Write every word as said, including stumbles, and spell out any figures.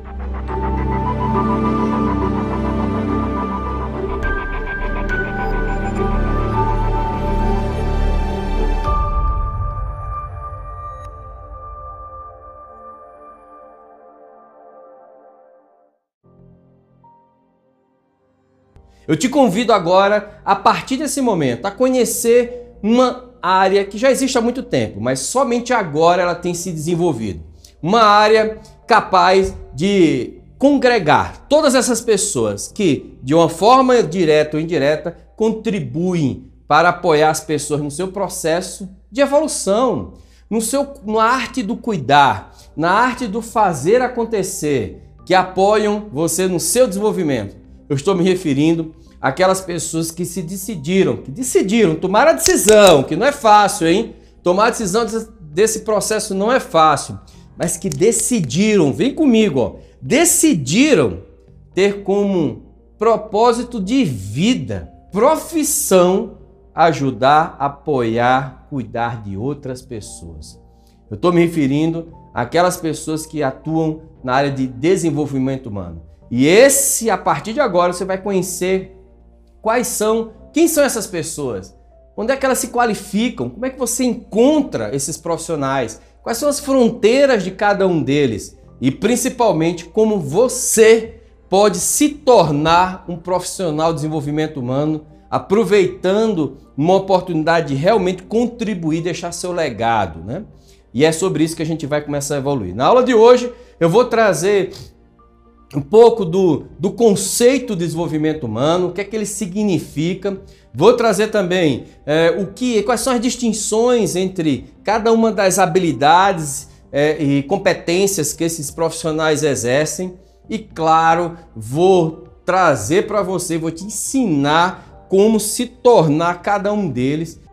Eu te convido agora, a partir desse momento, a conhecer uma área que já existe há muito tempo, mas somente agora ela tem se desenvolvido. Uma área capaz de congregar todas essas pessoas que, de uma forma direta ou indireta, contribuem para apoiar as pessoas no seu processo de evolução, no seu, na arte do cuidar, na arte do fazer acontecer, que apoiam você no seu desenvolvimento. Eu estou me referindo àquelas pessoas que se decidiram, que decidiram, tomaram a decisão, que não é fácil, hein? Tomar a decisão desse processo não é fácil, mas que decidiram, vem comigo, ó, decidiram ter como propósito de vida, profissão, ajudar, apoiar, cuidar de outras pessoas. Eu estou me referindo àquelas pessoas que atuam na área de desenvolvimento humano. E esse, a partir de agora, você vai conhecer quais são, quem são essas pessoas, onde é que elas se qualificam, como é que você encontra esses profissionais, quais são as fronteiras de cada um deles e principalmente como você pode se tornar um profissional de desenvolvimento humano, aproveitando uma oportunidade de realmente contribuir, deixar seu legado, né? E é sobre isso que a gente vai começar a evoluir. Na aula de hoje eu vou trazer um pouco do, do conceito de desenvolvimento humano, o que é que ele significa. Vou trazer também é, o que, quais são as distinções entre cada uma das habilidades é, e competências que esses profissionais exercem. E claro, vou trazer para você, vou te ensinar como se tornar cada um deles